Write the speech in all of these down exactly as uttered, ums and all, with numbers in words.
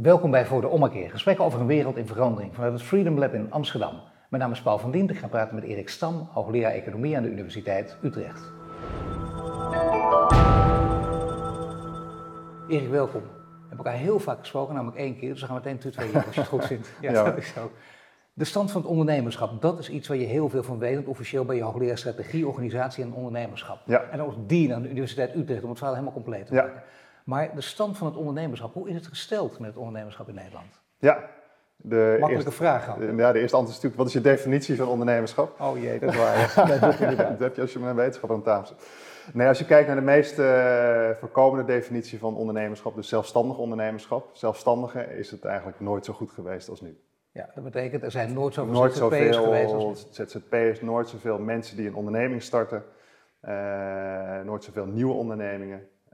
Welkom bij Voor de Ommekeer, gesprekken over een wereld in verandering vanuit het Freedom Lab in Amsterdam. Mijn naam is Paul van Dien, ik ga praten met Erik Stam, hoogleraar Economie aan de Universiteit Utrecht. Erik, welkom. We hebben elkaar heel vaak gesproken, namelijk één keer, dus we gaan meteen tutoyeren als je het goed vindt. Ja, ja, dat is zo. De stand van het ondernemerschap, dat is iets waar je heel veel van weet. Want officieel ben je hoogleraar strategie, organisatie en ondernemerschap. Ja. En ook dean aan de Universiteit Utrecht om het verhaal helemaal compleet te maken. Ja. Maar de stand van het ondernemerschap, hoe is het gesteld met het ondernemerschap in Nederland? Ja. De Makkelijke eerste, vraag ook. Ja, de eerste antwoord is natuurlijk, wat is je definitie van ondernemerschap? Oh jee, dat is waar. Ja. dat, dat heb je als je met een wetenschapper aan tafel zit. Nee, als je kijkt naar de meest uh, voorkomende definitie van ondernemerschap, dus zelfstandig ondernemerschap. Zelfstandige is het eigenlijk nooit zo goed geweest als nu. Ja, dat betekent er zijn nooit zoveel nooit Z Z P'ers geweest als nu. Z Z P'ers, nooit zoveel mensen die een onderneming starten. Uh, nooit zoveel nieuwe ondernemingen. Uh,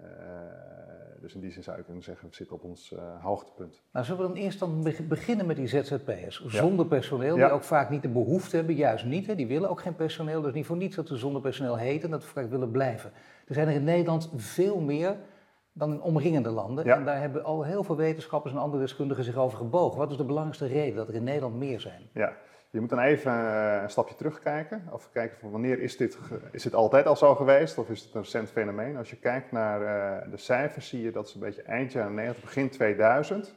Dus in die zin zou je kunnen zeggen, we zitten op ons uh, hoogtepunt. Nou, zullen we dan eerst dan beginnen met die Z Z P'ers? Zonder ja. personeel, die ja. ook vaak niet de behoefte hebben, juist niet. Hè? Die willen ook geen personeel, dus niet voor niets dat we zonder personeel heten en dat we vaak willen blijven. Er zijn er in Nederland veel meer dan in omringende landen. Ja. En daar hebben al heel veel wetenschappers en andere deskundigen zich over gebogen. Wat is de belangrijkste reden dat er in Nederland meer zijn? Ja. Je moet dan even een stapje terugkijken, of kijken van wanneer is dit, is dit altijd al zo geweest of is het een recent fenomeen. Als je kijkt naar uh, de cijfers zie je dat ze een beetje eind jaren negentig, begin tweeduizend,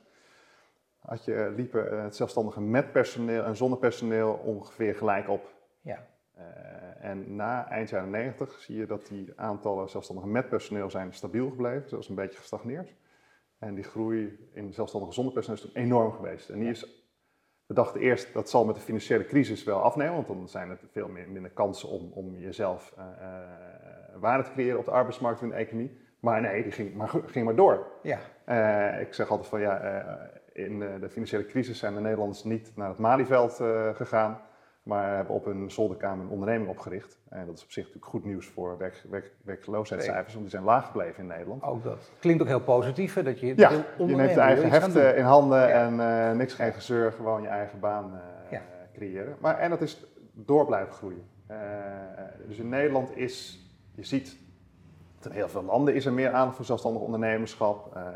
had je, liepen uh, het zelfstandige met personeel en zonder personeel ongeveer gelijk op. Ja. Uh, en na eind jaren negentig zie je dat die aantallen zelfstandigen met personeel zijn stabiel gebleven, zelfs een beetje gestagneerd. En die groei in zelfstandigen zonder personeel is toen enorm geweest. En die is We dachten eerst dat zal met de financiële crisis wel afnemen, want dan zijn er veel meer, minder kansen om, om jezelf uh, uh, waarde te creëren op de arbeidsmarkt en in de economie. Maar nee, die ging maar, ging maar door. Ja. Uh, ik zeg altijd van ja, uh, in de financiële crisis zijn de Nederlanders niet naar het Malieveld uh, gegaan, maar hebben op hun zolderkamer een onderneming opgericht. En dat is op zich natuurlijk goed nieuws voor werk, werk, werkloosheidscijfers, want die zijn laag gebleven in Nederland. Ook dat. Klinkt ook heel positief, hè, dat je ja, je neemt je eigen heft in handen ja. en uh, niks geen gezeur, gewoon je eigen baan uh, ja. creëren. Maar, en dat is door blijven groeien. Uh, dus in Nederland is, je ziet, in heel veel landen is er meer aandacht voor zelfstandig ondernemerschap. Uh,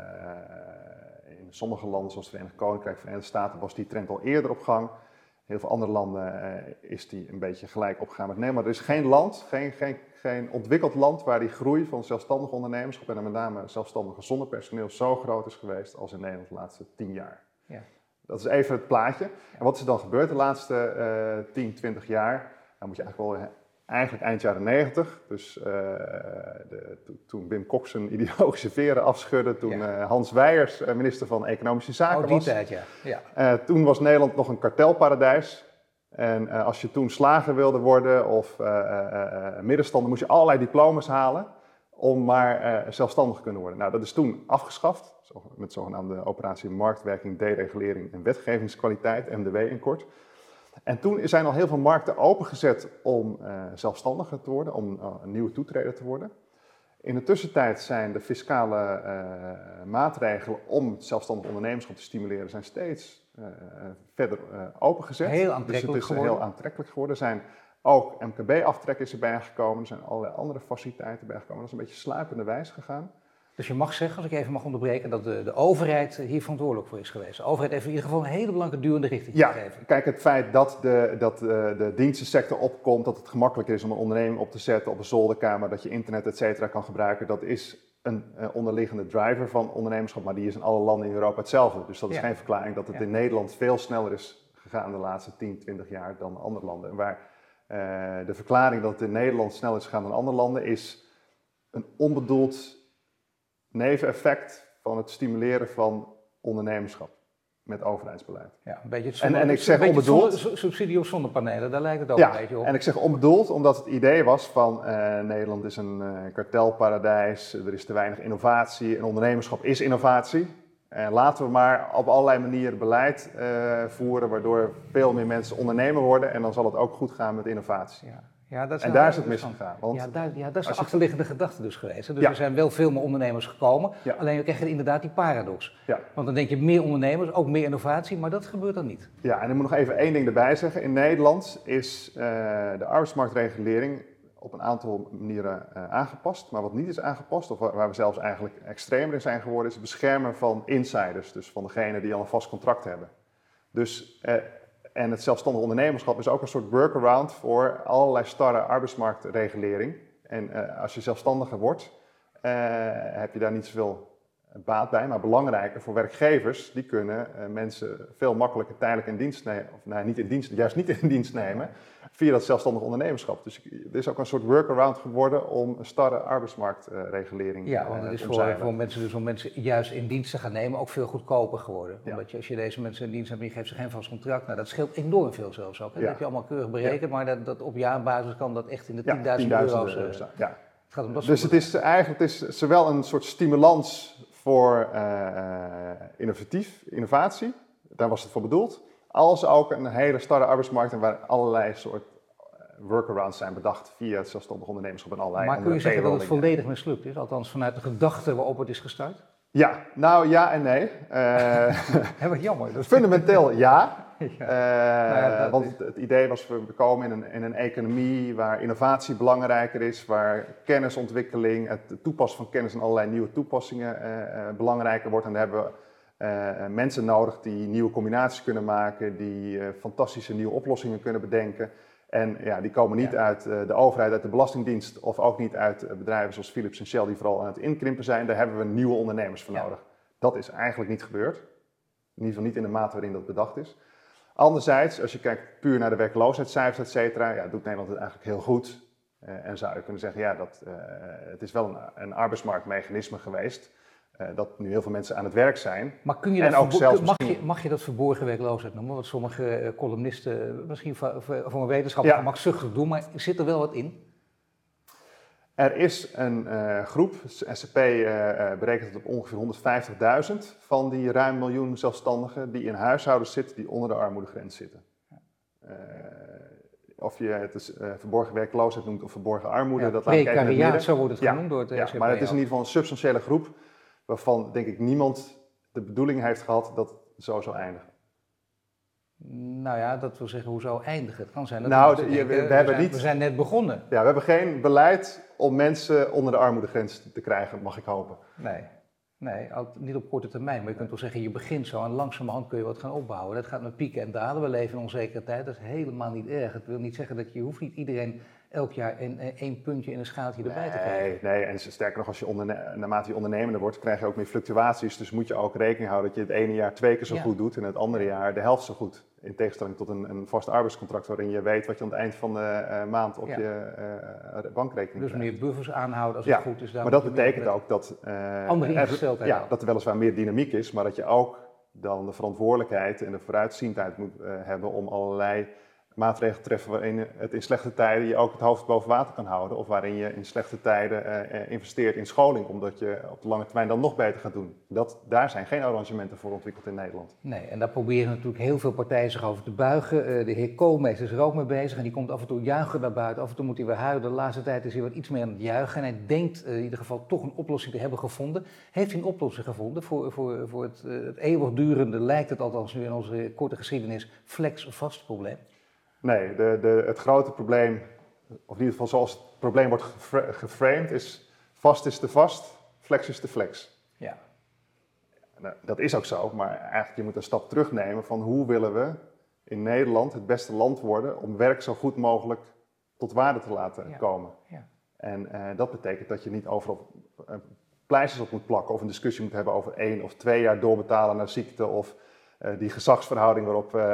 in sommige landen, zoals het Verenigd Koninkrijk, Verenigde Staten, was die trend al eerder op gang. Heel veel andere landen uh, is die een beetje gelijk opgegaan met Nederland. Maar er is geen land, geen, geen, geen ontwikkeld land waar die groei van zelfstandig ondernemerschap en met name zelfstandigen zonder personeel zo groot is geweest als in Nederland de laatste tien jaar. Ja. Dat is even het plaatje. En wat is er dan gebeurd de laatste uh, tien, twintig jaar? Dan moet je eigenlijk wel eigenlijk eind jaren negentig. Dus uh, de, to, toen Wim Kok zijn ideologische veren afschudde, toen ja. uh, Hans Wijers uh, minister van Economische Zaken oh, die was. tijd, ja. ja. Uh, toen was Nederland nog een kartelparadijs. En uh, als je toen slager wilde worden of uh, uh, uh, middenstander, moest je allerlei diploma's halen om maar uh, zelfstandig te kunnen worden. Nou, dat is toen afgeschaft, met zogenaamde operatie Marktwerking, Deregulering en Wetgevingskwaliteit, M D W in kort. En toen zijn al heel veel markten opengezet om uh, zelfstandiger te worden, om uh, een nieuwe toetreder te worden. In de tussentijd zijn de fiscale uh, maatregelen om het zelfstandig ondernemerschap te stimuleren zijn steeds uh, verder uh, opengezet. Heel aantrekkelijk dus het is geworden. heel aantrekkelijk geworden. Er zijn ook M K B-aftrekken is erbij gekomen, er zijn allerlei andere faciliteiten bijgekomen. Dat is een beetje sluipende wijs gegaan. Dus je mag zeggen, als ik even mag onderbreken, dat de, de overheid hier verantwoordelijk voor is geweest. De overheid heeft in ieder geval een hele belangrijke duwende richting ja, gegeven. Kijk, het feit dat de, dat de, de dienstensector opkomt, dat het gemakkelijker is om een onderneming op te zetten op een zolderkamer, dat je internet et cetera kan gebruiken, dat is een uh, onderliggende driver van ondernemerschap, maar die is in alle landen in Europa hetzelfde. Dus dat is ja. geen verklaring dat het ja. in Nederland veel sneller is gegaan de laatste tien, twintig jaar dan andere landen. En waar uh, de verklaring dat het in Nederland sneller is gegaan dan andere landen is een onbedoeld neveneffect van het stimuleren van ondernemerschap met overheidsbeleid. Ja, een beetje het zonne, en, en ik zeg onbedoeld, subsidie op zonnepanelen, daar lijkt het ook ja, een beetje op. En ik zeg onbedoeld omdat het idee was van uh, Nederland is een uh, kartelparadijs, er is te weinig innovatie en ondernemerschap is innovatie. En laten we maar op allerlei manieren beleid uh, voeren waardoor veel meer mensen ondernemer worden en dan zal het ook goed gaan met innovatie. Ja. Ja, dat is en daar is het misgegaan. Want ja, daar, ja, dat is de achterliggende je... gedachte dus geweest. Dus ja. er zijn wel veel meer ondernemers gekomen, ja. alleen we krijgen inderdaad die paradox. Ja. Want dan denk je meer ondernemers, ook meer innovatie, maar dat gebeurt dan niet. Ja, en ik moet nog even één ding erbij zeggen. In Nederland is uh, de arbeidsmarktregulering op een aantal manieren uh, aangepast. Maar wat niet is aangepast, of waar, waar we zelfs eigenlijk extremer in zijn geworden, is het beschermen van insiders. Dus van degenen die al een vast contract hebben. Dus, uh, en het zelfstandig ondernemerschap is ook een soort workaround voor allerlei starre arbeidsmarktregulering. En uh, als je zelfstandiger wordt, uh, heb je daar niet zoveel baat bij, maar belangrijker voor werkgevers, die kunnen uh, mensen veel makkelijker tijdelijk in dienst nemen, of nee, niet in dienst, juist niet in dienst nemen, via dat zelfstandig ondernemerschap. Dus er is ook een soort workaround geworden om een starre arbeidsmarktregulering uh, ja, want het is voor, voor mensen dus om mensen juist in dienst te gaan nemen ook veel goedkoper geworden. Ja. Omdat je, als je deze mensen in dienst hebt en je geeft ze geen vast contract, nou dat scheelt enorm veel zelfs ook. Hè? Ja. Dat heb je allemaal keurig berekend, ja. maar dat, dat op jaarbasis kan dat echt in de ja, tienduizend euro's. Uh, ja. Het gaat om dat dus het is eigenlijk het is zowel een soort stimulans voor uh, innovatief, innovatie, daar was het voor bedoeld, als ook een hele starre arbeidsmarkt waar allerlei soort workarounds zijn bedacht via het zelfstandig ondernemerschap en allerlei Maar kun je zeggen dat het volledig mislukt is, althans vanuit de gedachte waarop het is gestart? Ja, nou ja en nee. Uh, wat jammer. Dat fundamenteel ja. ja. Uh, nou ja want het, het idee was, we komen in een, in een economie waar innovatie belangrijker is, waar kennisontwikkeling, het toepassen van kennis en allerlei nieuwe toepassingen uh, uh, belangrijker wordt. En daar hebben we uh, mensen nodig die nieuwe combinaties kunnen maken, die uh, fantastische nieuwe oplossingen kunnen bedenken. En ja, die komen niet ja. uit uh, de overheid, uit de Belastingdienst of ook niet uit uh, bedrijven zoals Philips en Shell die vooral aan het inkrimpen zijn. Daar hebben we nieuwe ondernemers voor ja. nodig. Dat is eigenlijk niet gebeurd. In ieder geval niet in de mate waarin dat bedacht is. Anderzijds, als je kijkt puur naar de werkloosheidscijfers, et cetera, ja, doet Nederland het eigenlijk heel goed. Uh, en zou je kunnen zeggen, ja, dat, uh, het is wel een, een arbeidsmarktmechanisme geweest. Uh, dat nu heel veel mensen aan het werk zijn. Maar kun je dat en ook zelfs mag, misschien... je, mag je dat verborgen werkloosheid noemen? Wat sommige uh, columnisten misschien voor, voor een wetenschapper ja. gemakzuchtig doen, maar zit er wel wat in? Er is een uh, groep, S C P uh, berekent het op ongeveer honderdvijftigduizend van die ruim miljoen zelfstandigen die in huishoudens zitten die onder de armoedegrens zitten. Uh, of je het is, uh, verborgen werkloosheid noemt of verborgen armoede, ja, dat laat ik even in het midden. Zo wordt het genoemd ja, door het ja, S C P. Maar het is in ieder geval een substantiële groep waarvan denk ik niemand de bedoeling heeft gehad dat het zo zou eindigen. Nou ja, dat wil zeggen, hoe zou eindigen? Het kan zijn dat nou, we, de, denken, we, we, we, hebben zijn, niet, we zijn net begonnen. Ja, we hebben geen beleid om mensen onder de armoedegrens te krijgen, mag ik hopen. Nee, nee niet op korte termijn. Maar je kunt wel zeggen, je begint zo en langzamerhand kun je wat gaan opbouwen. Dat gaat met pieken en dalen. We leven in onzekere tijd. Dat is helemaal niet erg. Het wil niet zeggen dat je, je hoeft niet iedereen elk jaar een, één puntje in een schaaltje erbij te krijgen. Nee, nee, en sterker nog, als je onderne- naarmate je ondernemender wordt, krijg je ook meer fluctuaties. Dus moet je ook rekening houden dat je het ene jaar twee keer zo ja. goed doet en het andere jaar de helft zo goed. In tegenstelling tot een, een vast arbeidscontract waarin je weet wat je aan het eind van de uh, maand op ja. je uh, bankrekening dus krijgt. meer buffers aanhouden als ja, het goed is. Maar dat betekent ook dat, uh, andere er, ja, dat er weliswaar meer dynamiek is, maar dat je ook dan de verantwoordelijkheid en de vooruitziendheid moet uh, hebben om allerlei maatregelen te treffen waarin het in slechte tijden je ook het hoofd boven water kan houden. Of waarin je in slechte tijden uh, investeert in scholing, omdat je op de lange termijn dan nog beter gaat doen. Dat, daar zijn geen arrangementen voor ontwikkeld in Nederland. Nee, en daar proberen natuurlijk heel veel partijen zich over te buigen. Uh, de heer Koolmees is er ook mee bezig en die komt af en toe juichen naar buiten. Af en toe moet hij weer huilen. De laatste tijd is hij wat iets meer aan het juichen. En hij denkt uh, in ieder geval toch een oplossing te hebben gevonden. Heeft hij een oplossing gevonden voor, voor, voor het, uh, het eeuwigdurende, lijkt het althans nu in onze korte geschiedenis, flex-vast probleem? Nee, de, de, het grote probleem, of in ieder geval zoals het probleem wordt gefra- geframed, is vast is te vast, flex is te flex. Ja. Nou, dat is ook zo, maar eigenlijk je moet een stap terugnemen van hoe willen we in Nederland het beste land worden om werk zo goed mogelijk tot waarde te laten ja. komen. Ja. En uh, dat betekent dat je niet overal uh, pleisters op moet plakken of een discussie moet hebben over één of twee jaar doorbetalen naar ziekte of Uh, die gezagsverhouding waarop uh,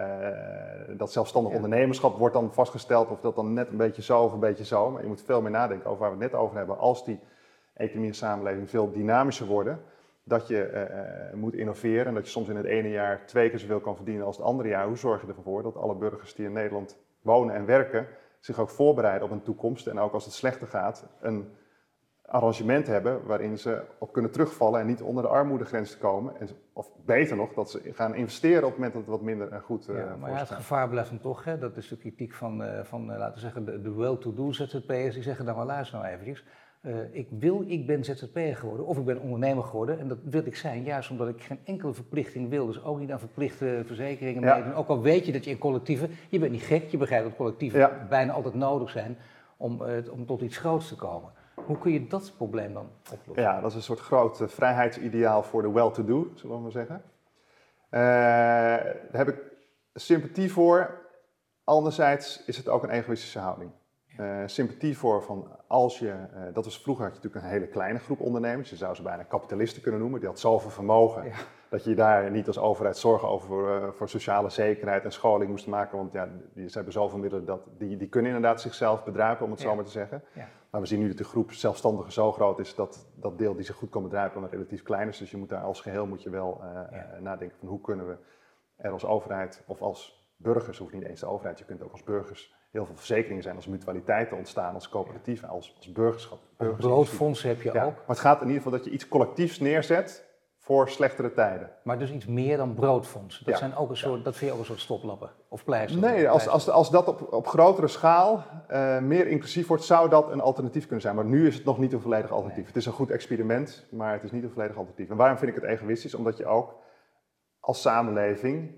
uh, dat zelfstandig ja. ondernemerschap wordt dan vastgesteld, of dat dan net een beetje zo of een beetje zo. Maar je moet veel meer nadenken over waar we het net over hebben. Als die economie en samenleving veel dynamischer worden, dat je uh, moet innoveren en dat je soms in het ene jaar twee keer zoveel kan verdienen als het andere jaar. Hoe zorg je ervoor dat alle burgers die in Nederland wonen en werken zich ook voorbereiden op een toekomst en ook als het slechter gaat, een arrangement hebben waarin ze op kunnen terugvallen en niet onder de armoedegrens te komen. En, of beter nog, dat ze gaan investeren op het moment dat het wat minder en goed uh, ja, maar ja, het gevaar blijft dan toch, hè? Dat is de kritiek van, uh, van uh, laten we zeggen, de, de well-to-do Z Z P'ers. Die zeggen dan maar luister nou eventjes. Uh, ik wil, ik ben Z Z P'er geworden of ik ben ondernemer geworden en dat wil ik zijn juist omdat ik geen enkele verplichting wil. Dus ook niet aan verplichte verzekeringen ja. meedoen. Ook al weet je dat je in collectieven, je bent niet gek, je begrijpt dat collectieven ja. bijna altijd nodig zijn om, uh, om tot iets groots te komen. Hoe kun je dat probleem dan oplossen? Ja, dat is een soort groot uh, vrijheidsideaal voor de well-to-do, zullen we maar zeggen. Uh, daar heb ik sympathie voor. Anderzijds is het ook een egoïstische houding. Uh, sympathie voor van als je, uh, dat was vroeger had je natuurlijk een hele kleine groep ondernemers, je zou ze bijna kapitalisten kunnen noemen, die had zoveel vermogen ja. dat je daar niet als overheid zorgen over voor, uh, voor sociale zekerheid en scholing moest maken, want ja, die, ze hebben zoveel middelen dat die, die kunnen inderdaad zichzelf bedruipen, om het ja. zo maar te zeggen. Ja. Maar we zien nu dat de groep zelfstandigen zo groot is dat dat deel die zich goed kan bedruipen dan relatief klein is, dus je moet daar als geheel moet je wel uh, ja. uh, nadenken van hoe kunnen we er als overheid of als burgers, hoeft niet eens de overheid, je kunt ook als burgers heel veel verzekeringen zijn, als mutualiteiten ontstaan, als coöperatieven, als, als burgerschap. Burgers broodfondsen heb je ja, ook. Maar het gaat in ieder geval dat je iets collectiefs neerzet voor slechtere tijden. Maar dus iets meer dan broodfondsen. Dat, ja. zijn ook een soort, ja. dat vind je ook een soort stoplappen of pleisters? Nee, als, als, als dat op, op grotere schaal uh, meer inclusief wordt, zou dat een alternatief kunnen zijn. Maar nu is het nog niet een volledig alternatief. Nee. Het is een goed experiment, maar het is niet een volledig alternatief. En waarom vind ik het egoïstisch? Omdat je ook als samenleving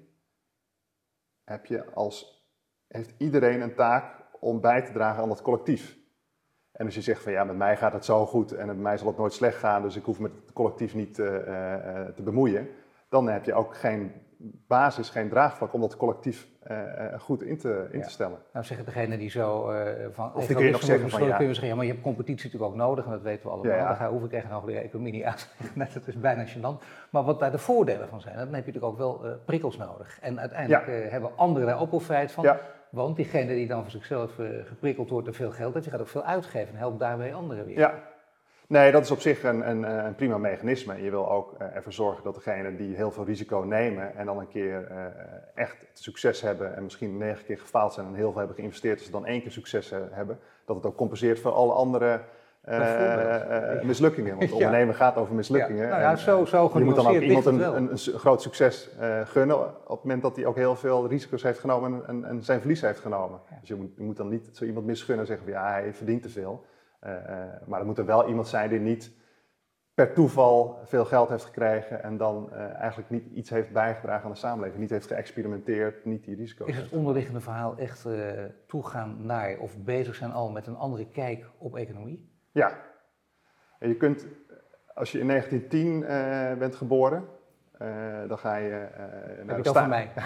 heb je als heeft iedereen een taak om bij te dragen aan dat collectief. En als je zegt van ja, met mij gaat het zo goed en met mij zal het nooit slecht gaan, dus ik hoef met het collectief niet uh, uh, te bemoeien, dan heb je ook geen basis, geen draagvlak om dat collectief uh, goed in te, in ja. te stellen. Nou zeggen degene die zo uh, van... Of die kun je nog zeggen van ja. kun je zeggen, ja, maar je hebt competitie natuurlijk ook nodig en dat weten we allemaal. Ja, ja. Daar hoef ik echt nog de economie niet aan te leggen. Dat is bijna gênant. Maar wat daar de voordelen van zijn, dan heb je natuurlijk ook wel uh, prikkels nodig. En uiteindelijk ja. uh, hebben anderen daar ook profijt van. Ja. Want diegene die dan voor zichzelf uh, geprikkeld wordt en veel geld heeft, die gaat ook veel uitgeven en helpt daarbij anderen weer. Ja. Nee, dat is op zich een, een, een prima mechanisme. Je wil ook uh, ervoor zorgen dat degenen die heel veel risico nemen en dan een keer uh, echt succes hebben en misschien negen keer gefaald zijn en heel veel hebben geïnvesteerd, als ze dan één keer succes uh, hebben, dat het ook compenseert voor alle andere uh, uh, mislukkingen. Want ondernemen ja. gaat over mislukkingen. Ja. Nou ja, zo, zo je moet dan ook iemand een, een, een groot succes uh, gunnen op het moment dat hij ook heel veel risico's heeft genomen en, en, en zijn verlies heeft genomen. Ja. Dus je moet, je moet dan niet zo iemand misgunnen en zeggen van ja, hij verdient te veel. Uh, uh, maar er moet er wel iemand zijn die niet per toeval veel geld heeft gekregen en dan uh, eigenlijk niet iets heeft bijgedragen aan de samenleving, niet heeft geëxperimenteerd, niet die risico's. Is het onderliggende verhaal echt uh, toegaan naar of bezig zijn al met een andere kijk op economie? Ja. En je kunt, als je in negentien tien uh, bent geboren, uh, dan ga je uh, naar de staat. Van mij.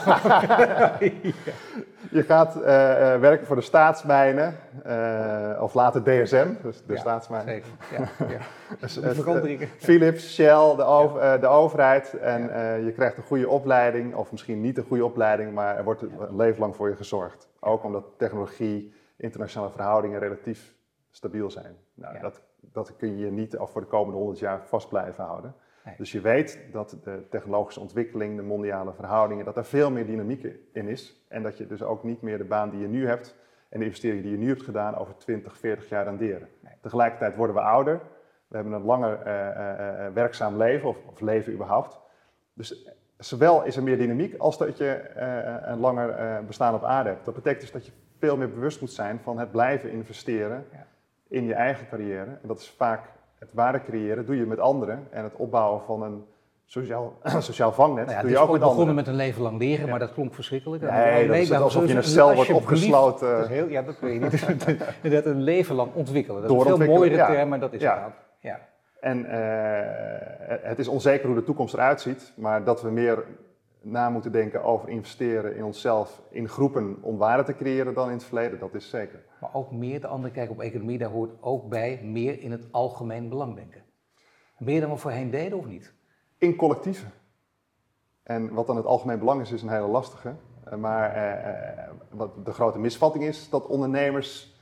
Je gaat uh, uh, werken voor de staatsmijnen, uh, of later D S M, dus de ja, staatsmijnen. Zeker. Ja, ja. Dus, uh, Philips, Shell, de, over, uh, de overheid. En ja. uh, je krijgt een goede opleiding, of misschien niet een goede opleiding, maar er wordt een leven lang voor je gezorgd. Ook omdat technologie, internationale verhoudingen relatief stabiel zijn. Nou, ja. dat, dat kun je niet voor de komende honderd jaar vast blijven houden. Nee. Dus je weet dat de technologische ontwikkeling, de mondiale verhoudingen, dat er veel meer dynamiek in is. En dat je dus ook niet meer de baan die je nu hebt en de investeringen die je nu hebt gedaan over twintig, veertig jaar renderen. Nee. Tegelijkertijd worden we ouder. We hebben een langer uh, uh, werkzaam leven, of, of leven überhaupt. Dus zowel is er meer dynamiek als dat je uh, een langer uh, bestaan op aarde hebt. Dat betekent dus dat je veel meer bewust moet zijn van het blijven investeren ja. in je eigen carrière. En dat is vaak het waarde creëren, doe je met anderen. En het opbouwen van een sociaal, sociaal vangnet nou ja, doe je ook met anderen. Het is begonnen met een leven lang leren, ja. maar dat klonk verschrikkelijk. Nee, dat is alsof je in een cel wordt opgesloten. Dat is heel, ja, dat weet je niet. Dat een leven lang ontwikkelen. Dat is een veel mooiere term, maar dat is ja. het ook. Ja. En uh, het is onzeker hoe de toekomst eruit ziet, maar dat we meer na moeten denken over investeren in onszelf, in groepen om waarde te creëren dan in het verleden, dat is zeker. Maar ook meer de andere kijk op economie, daar hoort ook bij meer in het algemeen belang denken. Meer dan we voorheen deden of niet? In collectieven. En wat dan het algemeen belang is, is een hele lastige. Maar uh, wat de grote misvatting is, dat ondernemers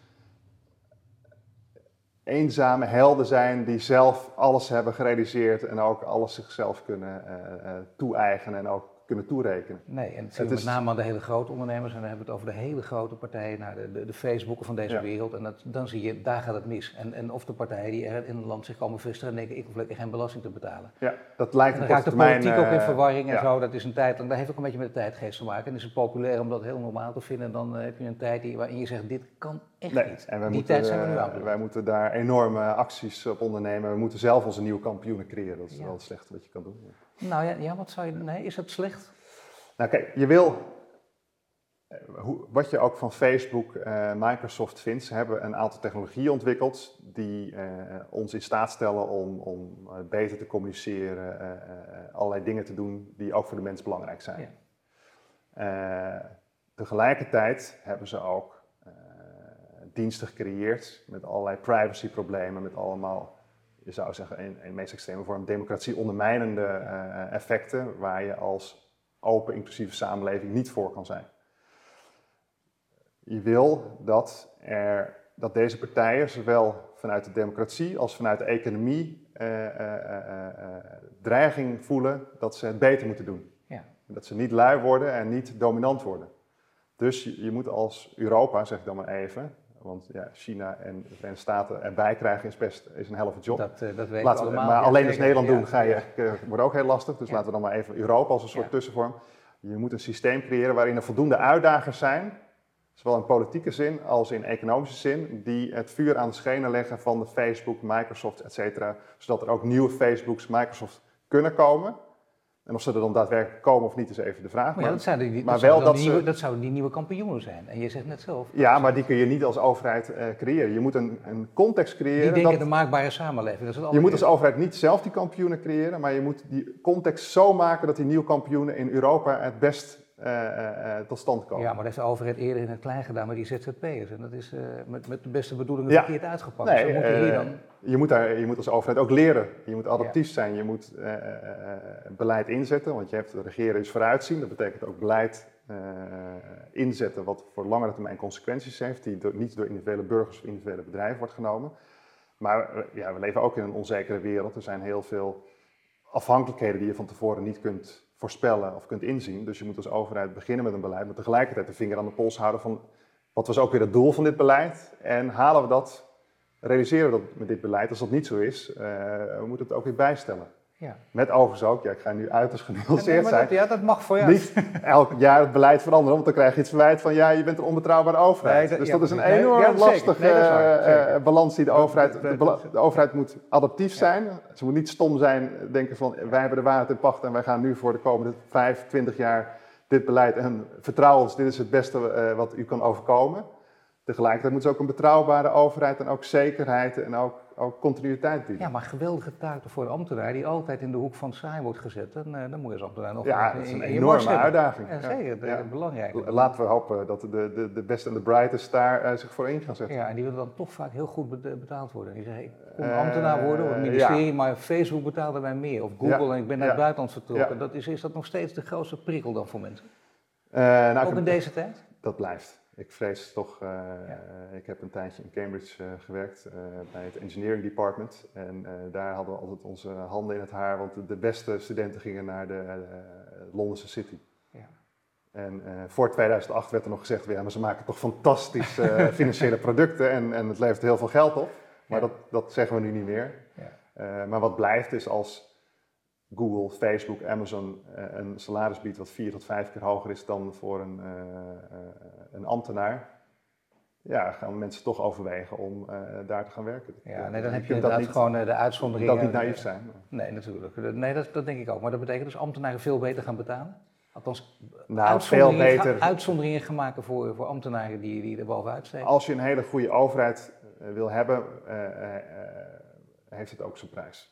eenzame helden zijn die zelf alles hebben gerealiseerd en ook alles zichzelf kunnen uh, uh, toe-eigenen en ook kunnen toerekenen. Nee, en het zien we met name aan de hele grote ondernemers en dan hebben we het over de hele grote partijen, nou, de, de, de Facebooken van deze ja. wereld en dat, dan zie je, daar gaat het mis. En, en of de partijen die er in het land zich komen vestigen en denken, ik hoef lekker geen belasting te betalen. Ja, dat lijkt en dan raakt de termijn, politiek ook in verwarring en ja. zo, dat is een tijd lang, dat heeft ook een beetje met de tijdgeest te maken. En is het populair om dat heel normaal te vinden en dan uh, heb je een tijd die, waarin je zegt, dit kan echt nee, niet. En wij die moeten, tijd zijn we nu aan. Uh, wij moeten daar enorme acties op ondernemen, we moeten zelf onze nieuwe kampioenen creëren, dat is ja. wel het slechte wat je kan doen. Nou ja, ja wat zou je, nee, is dat slecht? Nou kijk, je wil, hoe, wat je ook van Facebook, uh, Microsoft vindt, ze hebben een aantal technologieën ontwikkeld die uh, ons in staat stellen om, om uh, beter te communiceren, uh, uh, allerlei dingen te doen die ook voor de mens belangrijk zijn. Ja. Uh, tegelijkertijd hebben ze ook uh, diensten gecreëerd met allerlei privacyproblemen, met allemaal, je zou zeggen in, in de meest extreme vorm, democratie ondermijnende uh, effecten waar je als open, inclusieve samenleving niet voor kan zijn. Je wil dat, er, dat deze partijen, zowel vanuit de democratie als vanuit de economie, uh, uh, uh, uh, dreiging voelen dat ze het beter moeten doen. Ja. Dat ze niet lui worden en niet dominant worden. Dus je, je moet als Europa, zeg ik dan maar even, want ja, China en de Verenigde Staten erbij krijgen is best is een helft job. Dat, uh, dat weten laten we we, allemaal. maar alleen als Nederland ja, doen ga je, ja. uh, wordt ook heel lastig. Dus ja. laten we dan maar even Europa als een soort ja. tussenvorm. Je moet een systeem creëren waarin er voldoende uitdagers zijn, zowel in politieke zin als in economische zin, die het vuur aan de schenen leggen van de Facebook, Microsoft, et cetera, zodat er ook nieuwe Facebooks, Microsoft kunnen komen. En of ze er dan daadwerkelijk komen of niet, is even de vraag. Maar, ja, dat zouden die, maar dat wel zouden dat die, ze, dat zouden die nieuwe kampioenen zijn. En je zegt net zelf. Ja, maar die kun je niet als overheid uh, creëren. Je moet een, een context creëren. Die denken dat, de maakbare samenleving. Dat is het je moet als overheid niet zelf die kampioenen creëren, maar je moet die context zo maken dat die nieuwe kampioenen in Europa het best uh, uh, tot stand komen. Ja, maar dat heeft de overheid eerder in het klein gedaan met die Z Z P'ers. En dat is uh, met, met de beste bedoelingen ja. verkeerd uitgepakt. Nee, dus moet je, uh, hier dan... je, moet daar, je moet als overheid ook leren. Je moet adaptief ja. zijn. Je moet uh, uh, beleid inzetten, want je hebt regeren is vooruitzien. Dat betekent ook beleid uh, inzetten wat voor langere termijn consequenties heeft, die door, niet door individuele burgers of individuele bedrijven wordt genomen. Maar uh, ja, we leven ook in een onzekere wereld. Er zijn heel veel afhankelijkheden die je van tevoren niet kunt voorspellen of kunt inzien. Dus je moet als overheid beginnen met een beleid, maar tegelijkertijd de vinger aan de pols houden van wat was ook weer het doel van dit beleid en halen we dat, realiseren we dat met dit beleid. Als dat niet zo is, uh, we moeten het ook weer bijstellen. Ja. Met overigens ook, ja, ik ga nu uiterst genuanceerd nee, maar zijn. Dat, ja, dat mag voor jou. Niet elk jaar het beleid veranderen, want dan krijg je het verwijt van ja, je bent een onbetrouwbare overheid. Nee, dat, dus ja, dat is een nee, enorm ja, lastige nee, uh, balans die de overheid, de, de, de overheid moet adaptief zijn. Ja. Ze moet niet stom zijn, denken van wij hebben de waarheid in pacht en wij gaan nu voor de komende vijf, twintig jaar dit beleid en vertrouw ons, dit is het beste uh, wat u kan overkomen. Tegelijkertijd moet ze ook een betrouwbare overheid en ook zekerheid en ook, ook continuïteit bieden. Ja, maar geweldige taak voor een ambtenaar die altijd in de hoek van saai wordt gezet. En uh, dan moet je als ambtenaar nog ja, dat is een in, enorme in uitdaging. Ja, zeker, ja. belangrijk. Laten we hopen dat de, de, de best en de brightest daar uh, zich voor in gaan zetten. Ja, en die willen dan toch vaak heel goed betaald worden. Die zeggen, ik kon uh, ambtenaar worden of het ministerie, ja. maar Facebook betaalde mij meer. Of Google ja. en ik ben naar ja. het buitenland vertrokken. Ja. Dat is, is dat nog steeds de grootste prikkel dan voor mensen? Uh, nou, Ook in deze tijd? Dat blijft. Ik vrees toch, uh, ja. uh, ik heb een tijdje in Cambridge uh, gewerkt uh, bij het engineering department en uh, daar hadden we altijd onze handen in het haar, want de, de beste studenten gingen naar de uh, Londense City. Ja. En uh, voor tweeduizend acht werd er nog gezegd, ja, maar ze maken toch fantastische uh, financiële producten en, en het levert heel veel geld op, maar ja. dat, dat zeggen we nu niet meer. Ja. Uh, maar wat blijft is als Google, Facebook, Amazon uh, een salaris biedt wat vier tot vijf keer hoger is dan voor een, uh, uh, een ambtenaar, ja, gaan mensen toch overwegen om uh, daar te gaan werken. Ja, nee, dan heb je inderdaad niet, gewoon uh, de uitzonderingen. Dat niet naïef zijn. Nee, natuurlijk. Nee, dat, dat denk ik ook. Maar dat betekent dus ambtenaren veel beter gaan betalen? Althans, nou, uitzonderingen, veel beter. Ga, uitzonderingen gaan maken voor, voor ambtenaren die, die er bovenuit steken? Als je een hele goede overheid uh, wil hebben, uh, uh, uh, heeft het ook zijn prijs.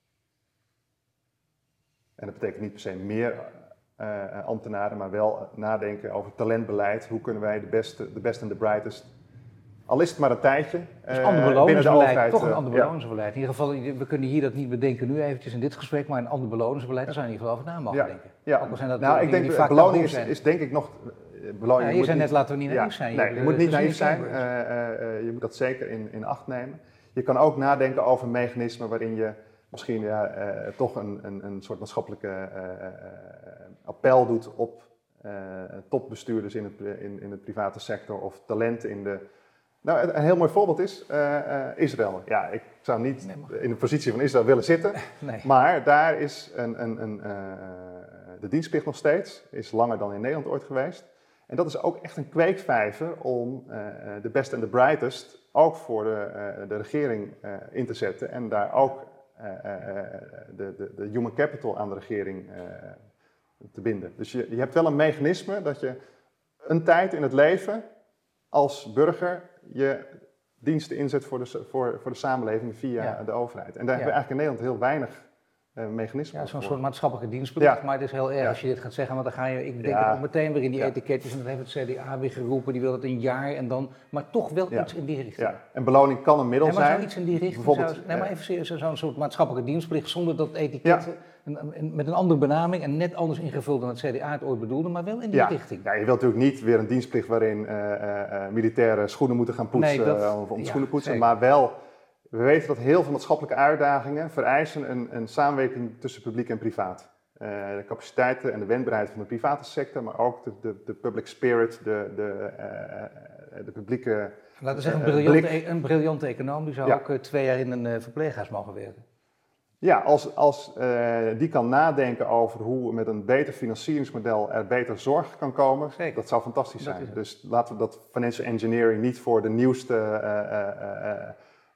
En dat betekent niet per se meer uh, ambtenaren, maar wel nadenken over talentbeleid. Hoe kunnen wij de beste, de best en de brightest, al is het maar een tijdje, dus uh, ander beloningsbeleid, toch een ander uh, beloningsbeleid. In ieder geval, we kunnen hier dat niet bedenken nu eventjes in dit gesprek, maar een ander beloningsbeleid, daar zou je in ieder geval over na mogen ja. denken. Ja. Ook al zijn dat nou, ik denk dat beloning is, is denk ik nog... Beloning, ja, je zei net, laten we niet naïef ja, zijn. Nee, je moet niet naïef zijn, uh, uh, je moet dat zeker in, in acht nemen. Je kan ook nadenken over mechanismen waarin je misschien ja, uh, toch een, een, een soort maatschappelijke uh, uh, appel doet op uh, topbestuurders in het, in, in de private sector of talenten in de... Nou, een heel mooi voorbeeld is uh, uh, Israël. Ja, ik zou niet nee, in de positie van Israël willen zitten, nee. maar daar is een, een, een, uh, de dienstplicht nog steeds, is langer dan in Nederland ooit geweest. En dat is ook echt een kweekvijver om uh, de best en de brightest ook voor de, uh, de regering uh, in te zetten en daar ook Uh, uh, de, de, de human capital aan de regering uh, te binden. Dus je, je hebt wel een mechanisme dat je een tijd in het leven als burger je diensten inzet voor de, voor, voor de samenleving via ja. de overheid. En daar ja. hebben we eigenlijk in Nederland heel weinig uh, mechanismen ja, zo'n voor. soort maatschappelijke dienstplicht, ja. maar het is heel erg ja. als je dit gaat zeggen, want dan ga je, ik denk ja. ook meteen weer in die ja. etiketjes, en dat heeft het C D A weer geroepen, die wil het een jaar en dan, maar toch wel ja. iets in die richting. Ja. En beloning kan een middel nee, maar zijn. Zoiets in die richting, bijvoorbeeld, zou, nee, maar even serieus, zo'n soort maatschappelijke dienstplicht zonder dat etiketten, ja. een, een, met een andere benaming en net anders ingevuld dan het C D A het ooit bedoelde, maar wel in die ja. richting. Ja, je wilt natuurlijk niet weer een dienstplicht waarin uh, uh, uh, militairen schoenen moeten gaan poetsen, nee, dat, of om ja, schoenen poetsen, zeker. Maar wel. We weten dat heel veel maatschappelijke uitdagingen vereisen een, een samenwerking tussen publiek en privaat. Uh, de capaciteiten en de wendbaarheid van de private sector, maar ook de, de, de public spirit, de, de, uh, de publieke Laten we zeggen, een briljante, uh, een briljante econoom, die zou ja. ook uh, twee jaar in een uh, verpleeghuis mogen werken. Ja, als, als uh, die kan nadenken over hoe met een beter financieringsmodel er beter zorg kan komen, Zeker. Dat zou fantastisch dat zijn. Dus laten we dat financial engineering niet voor de nieuwste uh, uh, uh,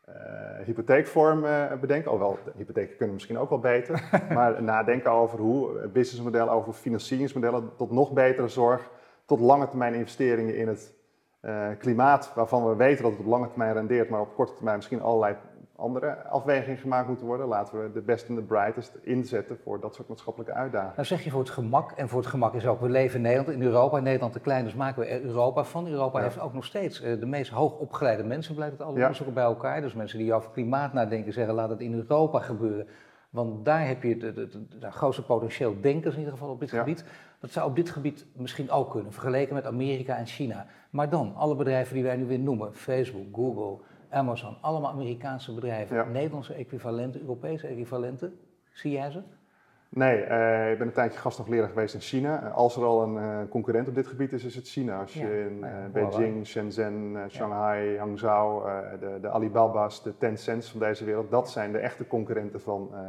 Uh, hypotheekvorm uh, bedenken, alhoewel de hypotheken kunnen misschien ook wel beter, maar nadenken over hoe businessmodellen, over financieringsmodellen tot nog betere zorg, tot lange termijn investeringen in het uh, klimaat, waarvan we weten dat het op lange termijn rendeert, maar op korte termijn misschien allerlei andere afwegingen gemaakt moeten worden. Laten we de best en de brightest inzetten voor dat soort maatschappelijke uitdagingen. Nou zeg je voor het gemak, en voor het gemak is ook, we leven in Nederland, in Europa, in Nederland te klein, dus maken we er Europa van. Europa ja. heeft ook nog steeds uh, de meest hoogopgeleide mensen, blijkt het alle onderzoeken ja. bij elkaar. Dus mensen die over klimaat nadenken zeggen, laat het in Europa gebeuren. Want daar heb je de, de, de, de grootste potentieel denkers in ieder geval op dit ja. gebied. Dat zou op dit gebied misschien ook kunnen, vergeleken met Amerika en China. Maar dan, alle bedrijven die wij nu weer noemen, Facebook, Google, Amazon, allemaal Amerikaanse bedrijven, ja. Nederlandse equivalenten, Europese equivalenten, zie jij ze? Nee, uh, ik ben een tijdje gasthoogleraar geweest in China. Uh, als er al een uh, concurrent op dit gebied is, is het China. Als je ja, in uh, ja, Beijing, Shenzhen, uh, Shanghai, ja. Hangzhou, uh, de, de Alibaba's, de Tencents van deze wereld, dat zijn de echte concurrenten van uh,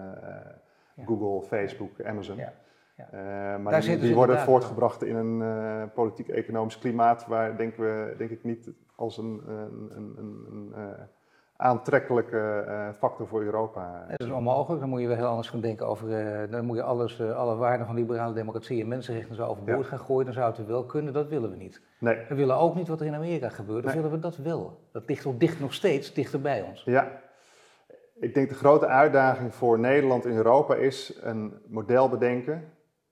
ja. Google, Facebook, Amazon. Ja. Ja. Uh, maar die, die worden voortgebracht in een uh, politiek-economisch klimaat waar denken we, denk ik niet als een, een, een, een uh, aantrekkelijke uh, factor voor Europa. Dat is onmogelijk, dan moet je wel heel anders gaan denken over, uh, dan moet je alles, uh, alle waarden van liberale democratie en mensenrechten zo overboord ja. gaan gooien, dan zou het wel kunnen, dat willen we niet. Nee. We willen ook niet wat er in Amerika gebeurt, dan nee. willen we dat wel. Dat ligt ook dicht, nog steeds dichter bij ons. Ja. Ik denk de grote uitdaging voor Nederland in Europa is een model bedenken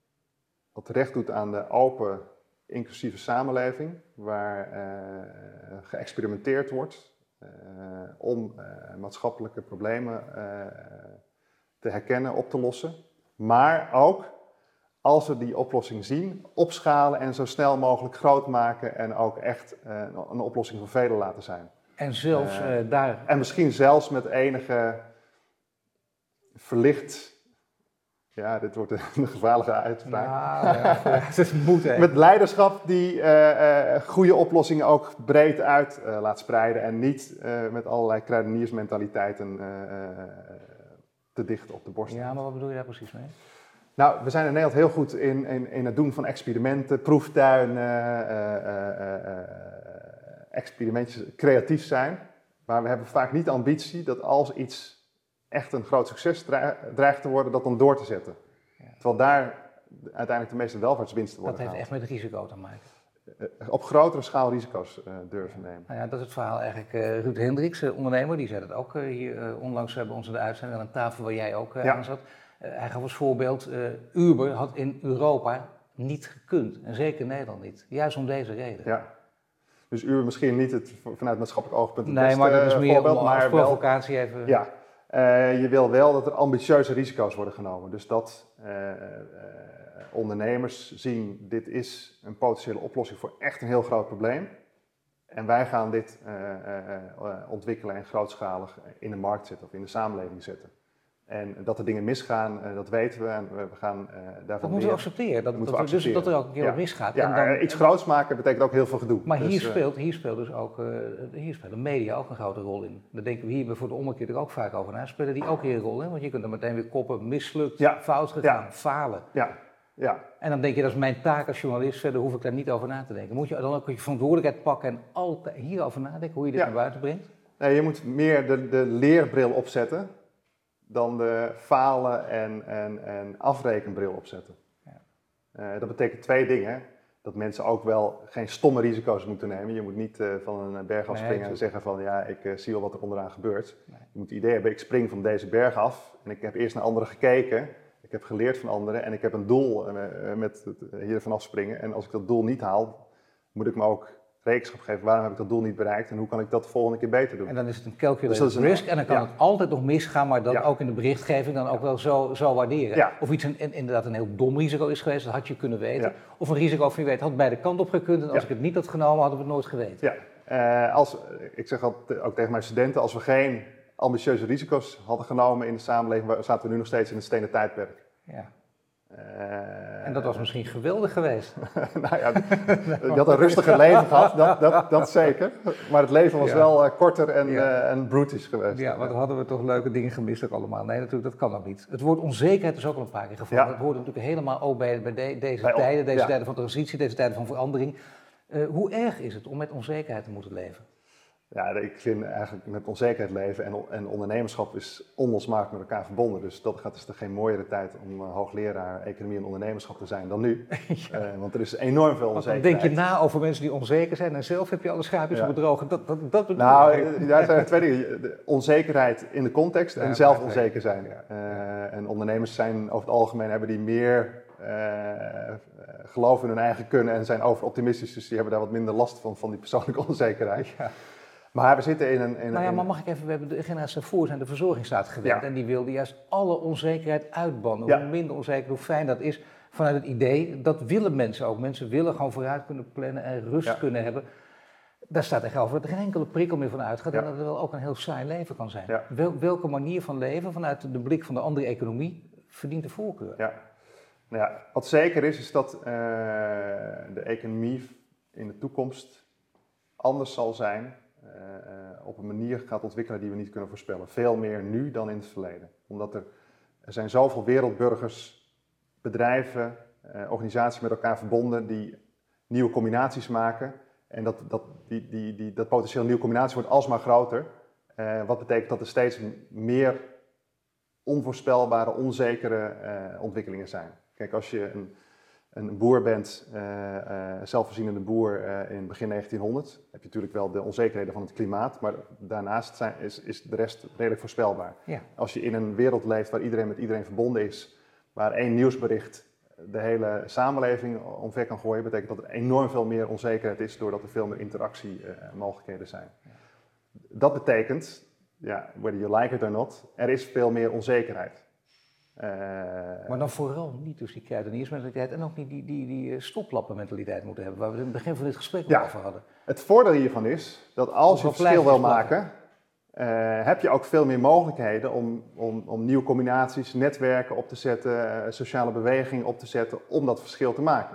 wat recht doet aan de open, inclusieve samenleving, waar uh, geëxperimenteerd wordt uh, om uh, maatschappelijke problemen uh, te herkennen, op te lossen. Maar ook, als we die oplossing zien, opschalen en zo snel mogelijk groot maken en ook echt uh, een oplossing voor velen laten zijn. En zelfs uh, uh, daar... En misschien zelfs met enige verlicht... Ja, dit wordt een gevaarlijke uitspraak. Nou, ja, ja, het moet, hè. Met leiderschap die uh, uh, goede oplossingen ook breed uit uh, laat spreiden en niet uh, met allerlei kruideniersmentaliteiten uh, uh, te dicht op de borst. Ja, maar wat bedoel je daar precies mee? Nou, we zijn in Nederland heel goed in, in, in het doen van experimenten, proeftuinen, uh, uh, uh, uh, experimentjes, creatief zijn. Maar we hebben vaak niet de ambitie dat als iets echt een groot succes dreigt te worden, dat dan door te zetten. Ja. Terwijl daar uiteindelijk de meeste welvaartswinsten worden gehaald. Dat heeft echt met risico te maken. Uh, op grotere schaal risico's uh, durven nemen. Nou ja, dat is het verhaal eigenlijk. Uh, Ruud Hendricks, uh, ondernemer, die zei dat ook uh, hier uh, onlangs bij ons in de uitzending, aan een tafel waar jij ook uh, ja. aan zat. Uh, hij gaf als voorbeeld, uh, Uber had in Europa niet gekund. En zeker in Nederland niet. Juist om deze reden. Ja. Dus Uber misschien niet het, vanuit maatschappelijk oogpunt het nee, beste maar dat is meer voorbeeld, om maar als provocatie wel, even... Ja. Uh, je wil wel dat er ambitieuze risico's worden genomen. Dus dat uh, uh, ondernemers zien, dit is een potentiële oplossing voor echt een heel groot probleem. En wij gaan dit uh, uh, uh, ontwikkelen en grootschalig in de markt zetten of in de samenleving zetten. En dat er dingen misgaan, uh, dat weten we en we gaan uh, daarvan dat moeten we accepteren. Dat, moeten dat, we accepteren. Dus dat er ook een keer ja. wat misgaat. Ja, en dan, iets groots maken betekent ook heel veel gedoe. Maar dus, hier, speelt, hier speelt dus ook, uh, hier spelen media ook een grote rol in. Daar denken we hier voor de ommekeer er ook vaak over na. Spelen die ook hier een rol in? Want je kunt er meteen weer koppen, mislukt, ja. fout gegaan, ja. falen. Ja. Ja. En dan denk je, dat is mijn taak als journalist, verder hoef ik daar niet over na te denken. Moet je dan ook je verantwoordelijkheid pakken en altijd hierover nadenken, hoe je dit ja. naar buiten brengt? Nee, je moet meer de, de leerbril opzetten dan de falen en, en, en afrekenbril opzetten. Ja. Uh, dat betekent twee dingen. dat mensen ook wel geen stomme risico's moeten nemen. Je moet niet uh, van een berg afspringen nee, en zeggen van ja, ik uh, zie wel wat er onderaan gebeurt. Nee. Je moet het idee hebben, ik spring van deze berg af en ik heb eerst naar anderen gekeken. Ik heb geleerd van anderen en ik heb een doel uh, met uh, hier vanaf springen. En als ik dat doel niet haal, moet ik me ook rekenschap geven. Waarom heb ik dat doel niet bereikt en hoe kan ik dat de volgende keer beter doen? En dan is het een calculated dus risk en dan kan ja. het altijd nog misgaan, maar dat ja. ook in de berichtgeving dan ook wel zo, zo waarderen. Ja. Of iets een, inderdaad een heel dom risico is geweest, dat had je kunnen weten. Ja. Of een risico van je weet, had beide kanten op gekund en als ja. ik het niet had genomen, hadden we het nooit geweten. Ja. Uh, als, ik zeg altijd, ook tegen mijn studenten, als we geen ambitieuze risico's hadden genomen in de samenleving, zaten we nu nog steeds in het stenen tijdperk. Ja. Uh, en dat was misschien geweldig geweest. nou ja, je had een rustiger leven gehad, dat, dat, dat zeker. Maar het leven was ja. wel uh, korter en, ja. uh, en brutish geweest. Ja, maar dan hadden we toch leuke dingen gemist ook allemaal. Nee, natuurlijk, dat kan ook niet. Het woord onzekerheid is ook al een paar keer gevallen. Ja. Het hoort natuurlijk helemaal ook bij, bij de, deze bij tijden, deze ja. tijden van transitie, deze tijden van verandering. Uh, hoe erg is het om met onzekerheid te moeten leven? Ja, ik vind eigenlijk met onzekerheid leven en, en ondernemerschap is onlosmakelijk met elkaar verbonden. Dus dat gaat, is er geen mooiere tijd om uh, hoogleraar economie en ondernemerschap te zijn dan nu. ja. uh, want er is enorm veel onzekerheid. Dan denk je na over mensen die onzeker zijn en zelf heb je alle schaapjes ja. bedrogen. Dat, dat, dat nou, daar zijn er twee dingen. De onzekerheid in de context en ja, zelf onzeker zijn. Ja. Uh, en ondernemers zijn over het algemeen hebben die meer uh, geloof in hun eigen kunnen en zijn overoptimistisch. Dus die hebben daar wat minder last van, van die persoonlijke onzekerheid. Ja. Maar we zitten in een... In nou ja, maar mag ik even, we hebben de generatie voor zijn de verzorgingsstaat gewend. Ja. En die wilde juist alle onzekerheid uitbannen. Ja. Hoe minder onzeker, hoe fijn dat is. Vanuit het idee, dat willen mensen ook. Mensen willen gewoon vooruit kunnen plannen en rust ja. kunnen hebben. Daar staat tegenover dat er geen enkele prikkel meer van uitgaat. Ja. En dat het wel ook een heel saai leven kan zijn. Ja. Wel, welke manier van leven vanuit de blik van de andere economie verdient de voorkeur? Ja. Nou ja, wat zeker is, is dat uh, de economie in de toekomst anders zal zijn. Uh, uh, op een manier gaat ontwikkelen die we niet kunnen voorspellen. Veel meer nu dan in het verleden. Omdat er, er zijn zoveel wereldburgers, bedrijven, uh, organisaties met elkaar verbonden die nieuwe combinaties maken. En dat, dat, die, die, die, dat potentieel nieuwe combinatie wordt alsmaar groter. Uh, wat betekent dat er steeds meer onvoorspelbare, onzekere uh, ontwikkelingen zijn. Kijk, als je een... een boer bent, uh, uh, zelfvoorzienende boer uh, in begin negentienhonderd, heb je natuurlijk wel de onzekerheden van het klimaat, maar daarnaast zijn, is, is de rest redelijk voorspelbaar. Ja. Als je in een wereld leeft waar iedereen met iedereen verbonden is, waar één nieuwsbericht de hele samenleving omver kan gooien, betekent dat er enorm veel meer onzekerheid is, doordat er veel meer interactiemogelijkheden uh, zijn. Ja. Dat betekent, ja, whether you like it or not, er is veel meer onzekerheid. Uh, maar dan vooral niet dus die kruideniersmentaliteit en ook niet die, die, die stoplappenmentaliteit moeten hebben, waar we het in het begin van dit gesprek ja, over hadden. Het voordeel hiervan is dat als je het verschil wil maken, uh, heb je ook veel meer mogelijkheden om, om, om nieuwe combinaties, netwerken op te zetten, uh, sociale bewegingen op te zetten om dat verschil te maken.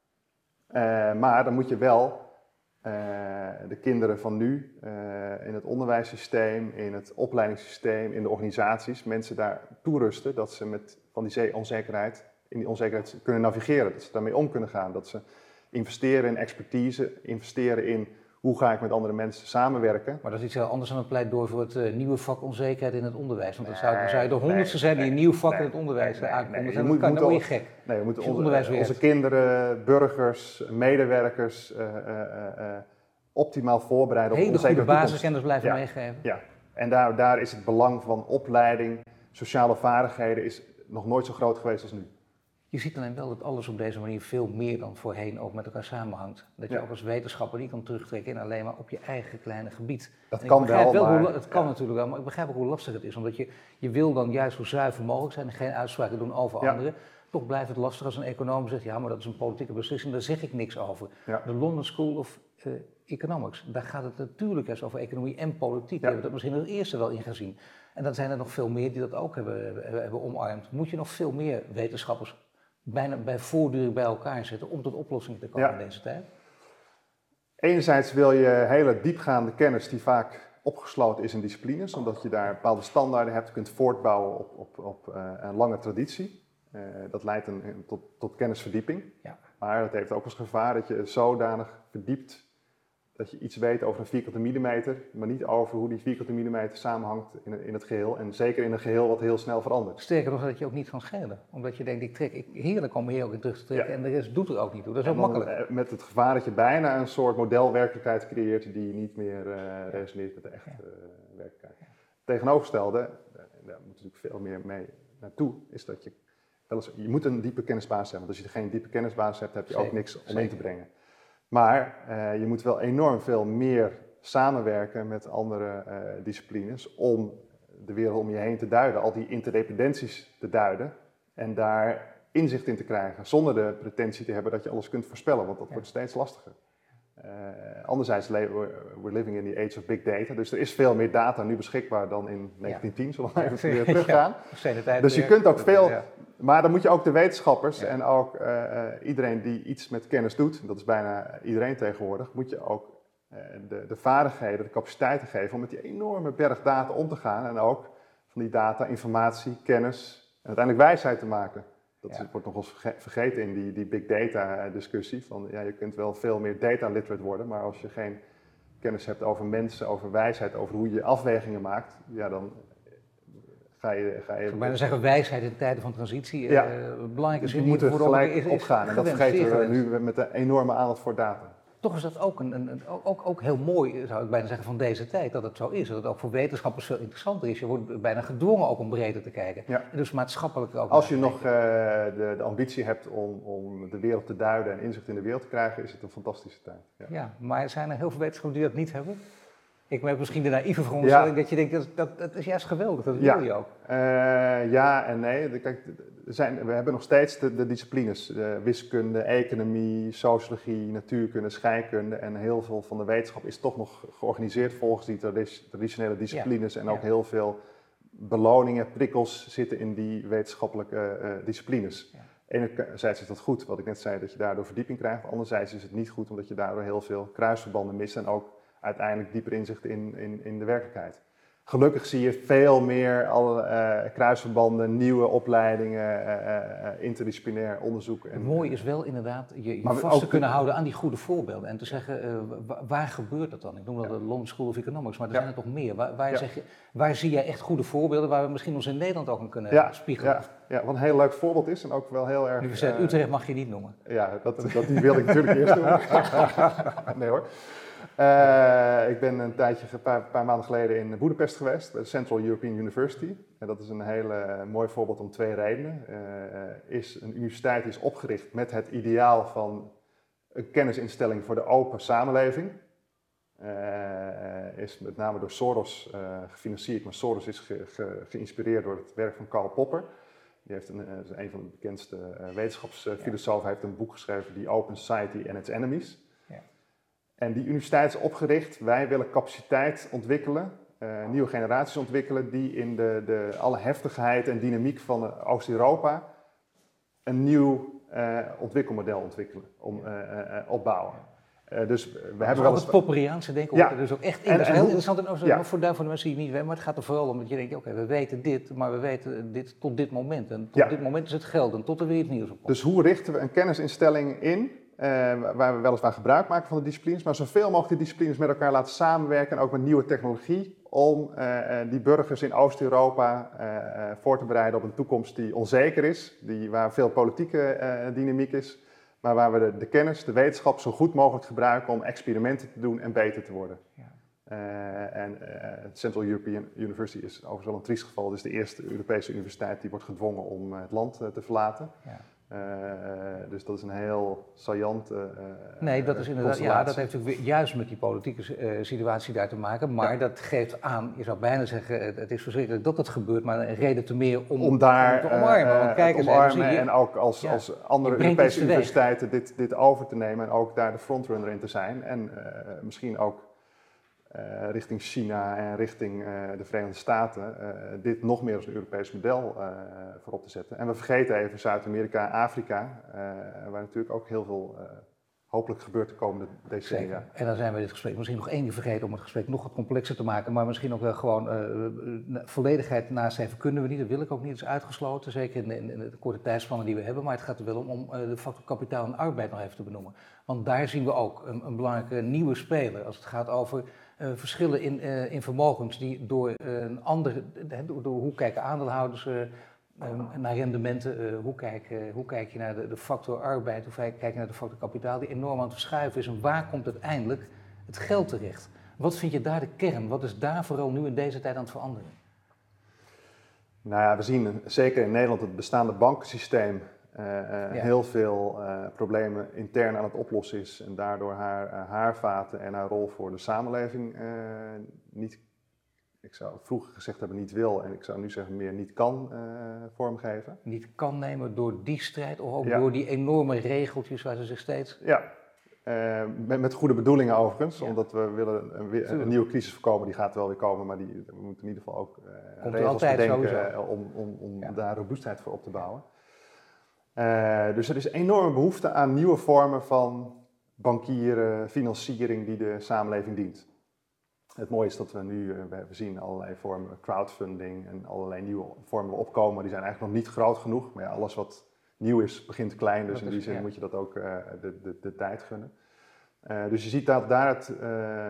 Uh, maar dan moet je wel uh, de kinderen van nu uh, in het onderwijssysteem, in het opleidingssysteem, in de organisaties, mensen daar toerusten dat ze met van die onzekerheid, in die onzekerheid kunnen navigeren, dat ze daarmee om kunnen gaan, dat ze investeren in expertise, investeren in hoe ga ik met andere mensen samenwerken. Maar dat is iets heel anders dan een pleidooi voor het uh, nieuwe vak onzekerheid in het onderwijs. Want dan zou, dan zou je de honderdste zijn die nee, een nieuw vak nee, in het onderwijs nee, aankomen. Nee, nee, dan kan, dan word je gek. Nee, we moeten onze, onze kinderen, burgers, medewerkers uh, uh, uh, optimaal voorbereiden op hele goede basiskennis blijven ja, meegeven. Ja, en daar, daar is het belang van opleiding, sociale vaardigheden is nog nooit zo groot geweest als nu. Je ziet alleen wel dat alles op deze manier veel meer dan voorheen ook met elkaar samenhangt. Dat je ja. ook als wetenschapper niet kan terugtrekken in alleen maar op je eigen kleine gebied. Dat en kan wel, wel maar... Hoe, het kan ja. natuurlijk wel, maar ik begrijp ook hoe lastig het is. Omdat je, je wil dan juist zo zuiver mogelijk zijn en geen uitspraken doen over ja. anderen. Toch blijft het lastig als een econoom zegt, ja, maar dat is een politieke beslissing, daar zeg ik niks over. Ja. De London School of uh, Economics, daar gaat het natuurlijk eens over economie en politiek. Ja. We hebben dat misschien als eerste wel ingezien. En dan zijn er nog veel meer die dat ook hebben, hebben, hebben omarmd. Moet je nog veel meer wetenschappers bijna bij voortdurend bij elkaar zetten om tot oplossingen te komen ja. in deze tijd? Enerzijds wil je hele diepgaande kennis die vaak opgesloten is in disciplines, omdat je daar bepaalde standaarden hebt, kunt voortbouwen op, op, op uh, een lange traditie. Uh, dat leidt een, een, tot, tot kennisverdieping. Ja. Maar het heeft ook als gevaar dat je zodanig verdiept dat je iets weet over een vierkante millimeter, maar niet over hoe die vierkante millimeter samenhangt in, in het geheel. En zeker in een geheel wat heel snel verandert. Sterker nog, dat je ook niet kan schelen. Omdat je denkt, ik trek ik, heerlijk om hier ook in terug te trekken, ja. En de rest doet er ook niet toe. Dat is en ook dan, makkelijk. Met het gevaar dat je bijna een soort modelwerkelijkheid creëert die niet meer uh, resoneert met de echte ja. uh, werkelijkheid. Ja. Tegenovergestelde, daar moet je natuurlijk veel meer mee naartoe, is dat je wel eens, je moet een diepe kennisbasis hebben. Want als je geen diepe kennisbasis hebt, heb je zeker, ook niks om zeker. in te brengen. Maar uh, je moet wel enorm veel meer samenwerken met andere uh, disciplines om de wereld om je heen te duiden, al die interdependenties te duiden en daar inzicht in te krijgen, zonder de pretentie te hebben dat je alles kunt voorspellen, want dat ja. wordt steeds lastiger. Uh, anderzijds, we're living in the age of big data, dus er is veel meer data nu beschikbaar dan in negentien tien, zullen we even weer teruggaan. Ja, dus je kunt ook veel, ja. maar dan moet je ook de wetenschappers ja. en ook uh, uh, iedereen die iets met kennis doet, dat is bijna iedereen tegenwoordig, moet je ook uh, de, de vaardigheden, de capaciteiten geven om met die enorme berg data om te gaan en ook van die data, informatie, kennis en uiteindelijk wijsheid te maken. Dat ja. wordt nog wel eens vergeten in die, die big data discussie. Van, ja, je kunt wel veel meer data literate worden, maar als je geen kennis hebt over mensen, over wijsheid, over hoe je afwegingen maakt, ja, dan ga je... Ga je ik zou bijna zeggen wijsheid in tijden van transitie. Ja. Uh, belangrijk is je moet er gelijk is, is opgaan en dat vergeten we nu met een enorme aandacht voor data. Toch is dat ook, een, een, ook, ook heel mooi, zou ik bijna zeggen, van deze tijd, dat het zo is. Dat het ook voor wetenschappers veel interessanter is. Je wordt bijna gedwongen ook om breder te kijken. Ja. En dus maatschappelijk ook. Als je nog uh, de, de ambitie hebt om, om de wereld te duiden en inzicht in de wereld te krijgen, is het een fantastische tijd. Ja, ja, maar zijn er heel veel wetenschappers die dat niet hebben? Ik heb misschien de naïeve veronderstelling ja. dat je denkt, dat, dat, dat is juist geweldig, dat ja. wil je ook. Uh, ja en nee. Kijk, er zijn, we hebben nog steeds de, de disciplines, de wiskunde, economie, sociologie, natuurkunde, scheikunde. En heel veel van de wetenschap is toch nog georganiseerd volgens die traditionele disciplines. Ja. En ook ja. heel veel beloningen, prikkels zitten in die wetenschappelijke uh, disciplines. Ja. Enerzijds is dat goed, wat ik net zei, dat je daardoor verdieping krijgt. Anderzijds is het niet goed, omdat je daardoor heel veel kruisverbanden mist en ook uiteindelijk dieper inzicht in, in, in de werkelijkheid. Gelukkig zie je veel meer alle, uh, kruisverbanden, nieuwe opleidingen, uh, uh, interdisciplinair onderzoek. En, mooi is wel inderdaad je, je vast te kunnen houden aan die goede voorbeelden en te zeggen, uh, waar, waar gebeurt dat dan? Ik noem dat ja. de London School of Economics, maar er ja. zijn er toch meer. Waar, waar, ja. zeg je, waar zie jij echt goede voorbeelden waar we misschien ons in Nederland ook aan kunnen ja. spiegelen? Ja. ja, wat een heel leuk voorbeeld is en ook wel heel erg... Universiteit uh, Utrecht mag je niet noemen. Ja, dat, dat die wilde ik natuurlijk eerst doen. Nee hoor. Uh, ik ben een tijdje, een paar, paar maanden geleden in Boedapest geweest, bij de Central European University. En dat is een heel uh, mooi voorbeeld om twee redenen. Uh, is een universiteit die is opgericht met het ideaal van een kennisinstelling voor de open samenleving. Uh, is met name door Soros uh, gefinancierd, maar Soros is ge, ge, geïnspireerd door het werk van Karl Popper. Die heeft een, uh, een van de bekendste uh, wetenschapsfilosofen. Hij heeft een boek geschreven, The Open Society and Its Enemies. En die universiteit is opgericht, wij willen capaciteit ontwikkelen, uh, nieuwe generaties ontwikkelen die in de, de alle heftigheid en dynamiek van Oost-Europa een nieuw uh, ontwikkelmodel ontwikkelen, om, uh, uh, opbouwen. Uh, dus we maar hebben wel eens... Het Popperiaanse denken ja. er dus ook echt in. En, dat is en, heel en, interessant en ook zo, ja. voor, voor de mensen die het niet weten, maar het gaat er vooral om dat je denkt, oké, okay, we weten dit, maar we weten dit tot dit moment. En tot ja. dit moment is het geldend, tot er weer het nieuws op komt. Dus hoe richten we een kennisinstelling in? Uh, waar we weliswaar gebruik maken van de disciplines, maar zoveel mogelijk die disciplines met elkaar laten samenwerken en ook met nieuwe technologie om uh, die burgers in Oost-Europa uh, uh, voor te bereiden op een toekomst die onzeker is, die, waar veel politieke uh, dynamiek is, maar waar we de, de kennis, de wetenschap zo goed mogelijk gebruiken om experimenten te doen en beter te worden. Ja. Uh, en uh, Central European University is overigens wel een triest geval. Het is de eerste Europese universiteit die wordt gedwongen om uh, het land uh, te verlaten. Ja. Uh, dus dat is een heel saillante uh, Nee, dat is inderdaad, ja, dat heeft natuurlijk juist met die politieke uh, situatie daar te maken. Maar ja. dat geeft aan, je zou bijna zeggen, het is verschrikkelijk dat het gebeurt, maar een reden te meer om, om daar om te omarmen. Uh, Want kijk eens, omarmen je, en ook als, ja, als andere Europese universiteiten dit, dit over te nemen en ook daar de frontrunner in te zijn. En uh, misschien ook Uh, richting China en richting uh, de Verenigde Staten uh, dit nog meer als een Europees model uh, voorop te zetten. En we vergeten even Zuid-Amerika en Afrika, uh, waar natuurlijk ook heel veel uh, hopelijk gebeurt de komende decennia. Zeker. En dan zijn we dit gesprek misschien nog één keer vergeten om het gesprek nog wat complexer te maken, maar misschien ook wel gewoon uh, volledigheid nastreven kunnen we niet, dat wil ik ook niet, dat is uitgesloten, zeker in de, in de korte tijdspannen die we hebben, maar het gaat er wel om, om uh, de factor kapitaal en arbeid nog even te benoemen. Want daar zien we ook een, een belangrijke nieuwe speler als het gaat over uh, verschillen in, uh, in vermogens die door uh, een andere, door, door hoe kijken aandeelhouders uh, Um, naar rendementen, uh, hoe, kijk, uh, hoe kijk je naar de, de factor arbeid, hoe kijk je naar de factor kapitaal, die enorm aan het verschuiven is en waar komt uiteindelijk het geld terecht? Wat vind je daar de kern? Wat is daar vooral nu in deze tijd aan het veranderen? Nou ja, we zien zeker in Nederland het bestaande bankensysteem uh, uh, ja. heel veel uh, problemen intern aan het oplossen is en daardoor haar uh, haarvaten en haar rol voor de samenleving uh, niet Ik zou vroeger gezegd hebben niet wil en ik zou nu zeggen meer niet kan uh, vormgeven. Niet kan nemen door die strijd of ook ja. door die enorme regeltjes waar ze zich steeds... Ja, uh, met, met goede bedoelingen overigens, ja. omdat we willen een, een nieuwe crisis voorkomen. Die gaat wel weer komen, maar die, we moeten in ieder geval ook uh, regels bedenken om, om, om ja. daar robuustheid voor op te bouwen. Uh, dus er is enorme behoefte aan nieuwe vormen van bankieren, financiering die de samenleving dient. Het mooie is dat we nu, we zien allerlei vormen crowdfunding en allerlei nieuwe vormen opkomen. Die zijn eigenlijk nog niet groot genoeg, maar ja, alles wat nieuw is begint klein, dus dat in die is, zin ja. moet je dat ook uh, de, de, de tijd gunnen. Uh, dus je ziet dat daar het, uh,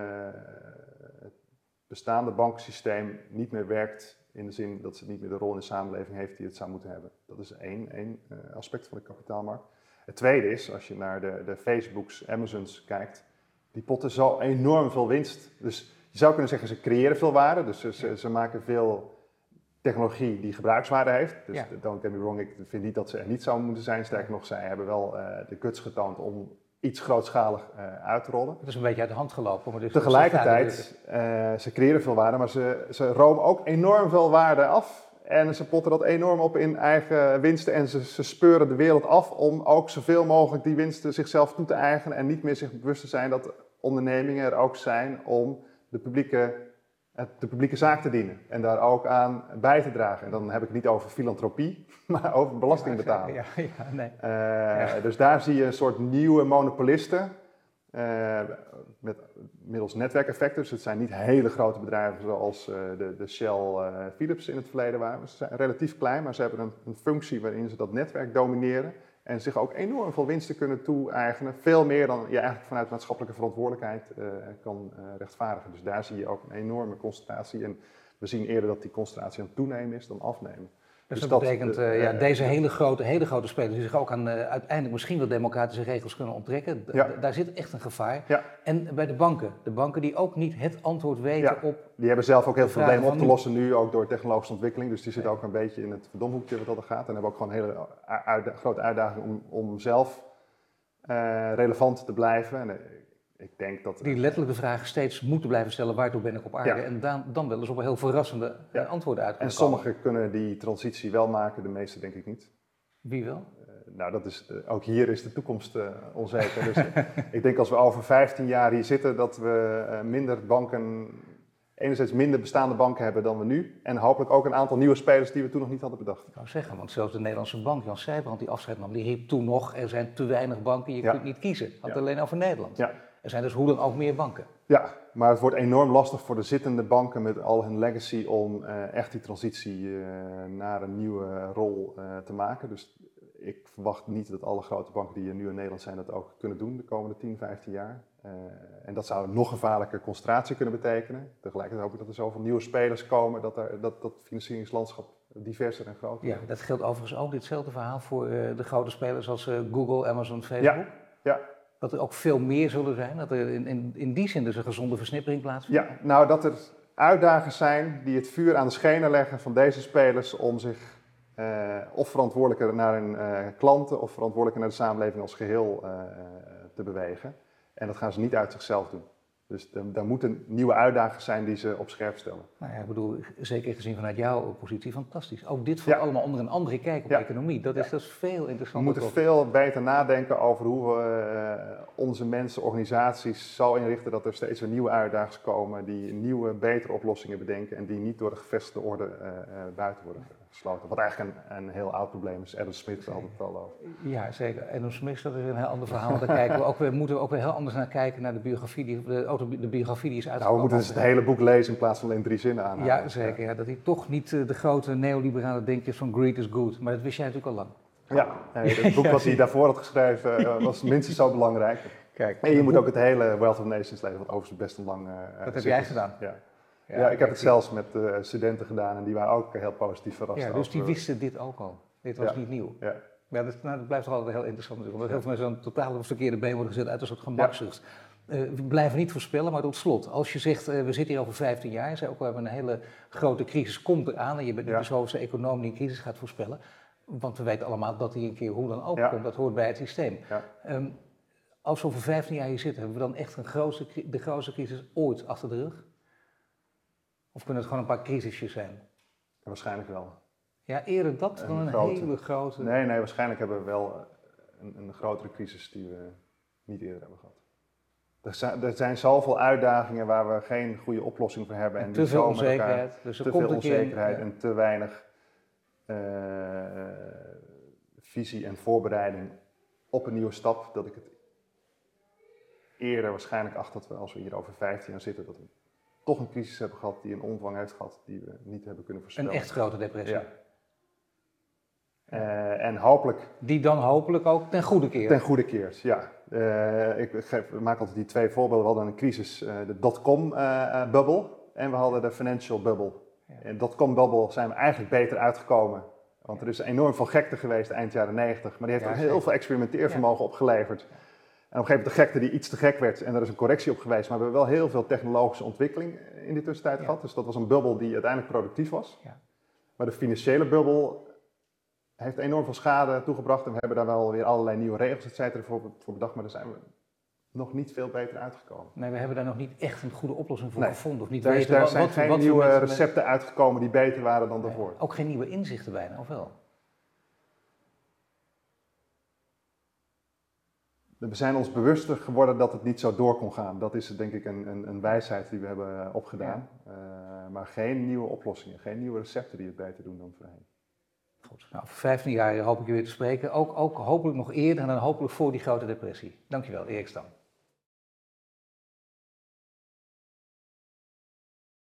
het bestaande bankensysteem niet meer werkt in de zin dat ze niet meer de rol in de samenleving heeft die het zou moeten hebben. Dat is één, één uh, aspect van de kapitaalmarkt. Het tweede is, als je naar de, de Facebooks, Amazons kijkt, die potten zo enorm veel winst. Dus je zou kunnen zeggen, ze creëren veel waarde, dus ze, ze, ze maken veel technologie die gebruikswaarde heeft. Dus ja. don't get me wrong, ik vind niet dat ze er niet zouden moeten zijn. Sterker nog, zij hebben wel uh, de guts getoond om iets grootschalig uh, uit te rollen. Het is een beetje uit de hand gelopen. Maar dus Tegelijkertijd, uh, ze creëren veel waarde, maar ze, ze romen ook enorm veel waarde af. En ze potten dat enorm op in eigen winsten en ze, ze speuren de wereld af om ook zoveel mogelijk die winsten zichzelf toe te eigenen en niet meer zich bewust te zijn dat ondernemingen er ook zijn om de publieke, de publieke zaak te dienen en daar ook aan bij te dragen. En dan heb ik het niet over filantropie, maar over belasting betalen. Ja, ja, nee. uh, ja. Dus daar zie je een soort nieuwe monopolisten uh, met middels netwerkeffecten. Dus het zijn niet hele grote bedrijven zoals uh, de, de Shell uh, Philips in het verleden waren. Ze zijn relatief klein, maar ze hebben een, een functie waarin ze dat netwerk domineren. En zich ook enorm veel winsten kunnen toe-eigenen. Veel meer dan je eigenlijk vanuit maatschappelijke verantwoordelijkheid uh, kan uh, rechtvaardigen. Dus daar zie je ook een enorme concentratie. En we zien eerder dat die concentratie aan het toenemen is dan afnemen. Dus, dus dat, dat betekent, uh, uh, ja, deze hele grote, hele grote spelers die zich ook aan uh, uiteindelijk misschien wel democratische regels kunnen onttrekken. D- ja. Daar zit echt een gevaar. Ja. En bij de banken, de banken die ook niet het antwoord weten ja. op... Die hebben zelf ook heel veel problemen op te lossen nu, ook door technologische ontwikkeling. Dus die zitten ook een beetje in het verdomhoekje wat dat gaat. En hebben ook gewoon een hele uitda- grote uitdaging om, om zelf uh, relevant te blijven. En, uh, ik denk dat, die letterlijk de vraag steeds moeten blijven stellen, waartoe ben ik op aarde? Ja. En dan, dan wel eens op een heel verrassende ja. antwoorden uit kunnen En sommigen kunnen die transitie wel maken, de meeste denk ik niet. Wie wel? Uh, nou, dat is, uh, ook hier is de toekomst uh, onzeker. Dus uh, ik denk als we over vijftien jaar hier zitten, dat we uh, minder banken, enerzijds minder bestaande banken hebben dan we nu. En hopelijk ook een aantal nieuwe spelers die we toen nog niet hadden bedacht. Ik wou zeggen, want zelfs de Nederlandse bank, Jan Sijbrand, die afscheid nam, die riep toen nog, er zijn te weinig banken, je ja. kunt niet kiezen. Het had ja. alleen over Nederland. Ja. Er zijn dus hoe dan ook meer banken. Ja, maar het wordt enorm lastig voor de zittende banken met al hun legacy om uh, echt die transitie uh, naar een nieuwe rol uh, te maken. Dus ik verwacht niet dat alle grote banken die er nu in Nederland zijn dat ook kunnen doen de komende tien, vijftien jaar. Uh, en dat zou een nog gevaarlijker concentratie kunnen betekenen. Tegelijkertijd hoop ik dat er zoveel nieuwe spelers komen dat er, dat, dat financieringslandschap diverser en groter wordt. Ja, dat geldt overigens ook ditzelfde verhaal voor uh, de grote spelers als uh, Google, Amazon, Facebook. Ja, ja. Dat er ook veel meer zullen zijn, dat er in, in, in die zin dus een gezonde versnippering plaatsvindt? Ja, nou dat er uitdagers zijn die het vuur aan de schenen leggen van deze spelers om zich uh, of verantwoordelijker naar hun uh, klanten of verantwoordelijker naar de samenleving als geheel uh, te bewegen. En dat gaan ze niet uit zichzelf doen. Dus daar moeten nieuwe uitdagers zijn die ze op scherp stellen. Nou ja, ik bedoel, zeker gezien vanuit jouw positie, fantastisch. Ook dit valt ja. allemaal onder een andere kijk op ja. economie. Dat is, ja. dat is veel interessanter. We moeten veel beter nadenken over hoe we uh, onze mensen, organisaties zo inrichten dat er steeds weer nieuwe uitdagers komen, die nieuwe, betere oplossingen bedenken en die niet door de gevestigde orde uh, uh, buiten worden. gesloten. Wat eigenlijk een, een heel oud probleem is. Adam Smith had het al over. Ja, zeker. Adam Smith, dat is een heel ander verhaal. Daar kijken we ook weer, moeten we ook weer heel anders naar kijken, naar de biografie die, de, auto, de biografie die is uitgekomen. Nou, we moeten dus het hele boek lezen in plaats van alleen drie zinnen aanhalen. Ja, zeker. Ja. Dat hij toch niet uh, de grote neoliberale denkers van greed is good. Maar dat wist jij natuurlijk al lang. Ja, nee, het boek ja, wat hij daarvoor had geschreven uh, was minstens zo belangrijk. Kijk, en je moet boek... ook het hele Wealth of Nations lezen, wat overigens best een lang... Uh, dat heb jij gedaan? Ja. Ja, ja, ik heb het zelfs met uh, studenten gedaan en die waren ook heel positief verrast. Ja, dus over... die wisten dit ook al. Dit was ja. niet nieuw. Ja. Ja, dat, nou, dat blijft toch altijd heel interessant natuurlijk. Omdat heel veel mensen dan totaal op het verkeerde been worden gezet uit een soort gemakzucht. Ja. Uh, we blijven niet voorspellen, maar tot slot. Als je zegt, uh, we zitten hier over vijftien jaar, je zei ook, we hebben een hele grote crisis, komt eraan. En je bent niet ja. de zoveelste econoom die een crisis gaat voorspellen. Want we weten allemaal dat die een keer hoe dan ook ja. komt. Dat hoort bij het systeem. Ja. Um, als we over vijftien jaar hier zitten, hebben we dan echt een grootste, de grootste crisis ooit achter de rug? Of kunnen het gewoon een paar crisisjes zijn? Ja, waarschijnlijk wel. Ja, eerder dat dan een, een grote. hele grote... Nee, nee, waarschijnlijk hebben we wel een, een grotere crisis die we niet eerder hebben gehad. Er zijn, er zijn zoveel uitdagingen waar we geen goede oplossing voor hebben. En, en te veel onzekerheid. Elkaar, dus er te komt veel onzekerheid ja. en te weinig uh, visie en voorbereiding op een nieuwe stap. Dat ik het eerder waarschijnlijk acht dat we, als we hier over vijftien jaar zitten, dat we toch een crisis hebben gehad die een omvang heeft gehad die we niet hebben kunnen voorspellen. Een echt grote depressie. Ja. Uh, en hopelijk... Die dan hopelijk ook ten goede keert. Ten goede keert, ja. Uh, ik geef, maak altijd die twee voorbeelden. We hadden een crisis, uh, de dotcom-bubble uh, en we hadden de financial bubble. Ja. In de dotcom-bubble zijn we eigenlijk beter uitgekomen. Want er is enorm veel gekte geweest eind jaren negentig. Maar die heeft ja, ook heel veel experimenteervermogen ja. opgeleverd. En op een gegeven moment de gekte die iets te gek werd en er is een correctie op geweest. Maar we hebben wel heel veel technologische ontwikkeling in die tussentijd ja. gehad. Dus dat was een bubbel die uiteindelijk productief was. Ja. Maar de financiële bubbel heeft enorm veel schade toegebracht en we hebben daar wel weer allerlei nieuwe regels et cetera voor, voor bedacht, maar daar zijn we nog niet veel beter uitgekomen. Nee, we hebben daar nog niet echt een goede oplossing voor nee. gevonden. Of niet daar weten daar wat, zijn wat, geen wat nieuwe met, recepten met... uitgekomen die beter waren dan nee, daarvoor. Ook geen nieuwe inzichten bijna, of wel? We zijn ons bewuster geworden dat het niet zo door kon gaan. Dat is denk ik een, een, een wijsheid die we hebben opgedaan. Ja. Uh, maar geen nieuwe oplossingen, geen nieuwe recepten die het beter doen dan voorheen. Goed, nou, voor vijftien jaar hoop ik je weer te spreken. Ook, ook hopelijk nog eerder en dan hopelijk voor die grote depressie. Dankjewel, Erik Stam.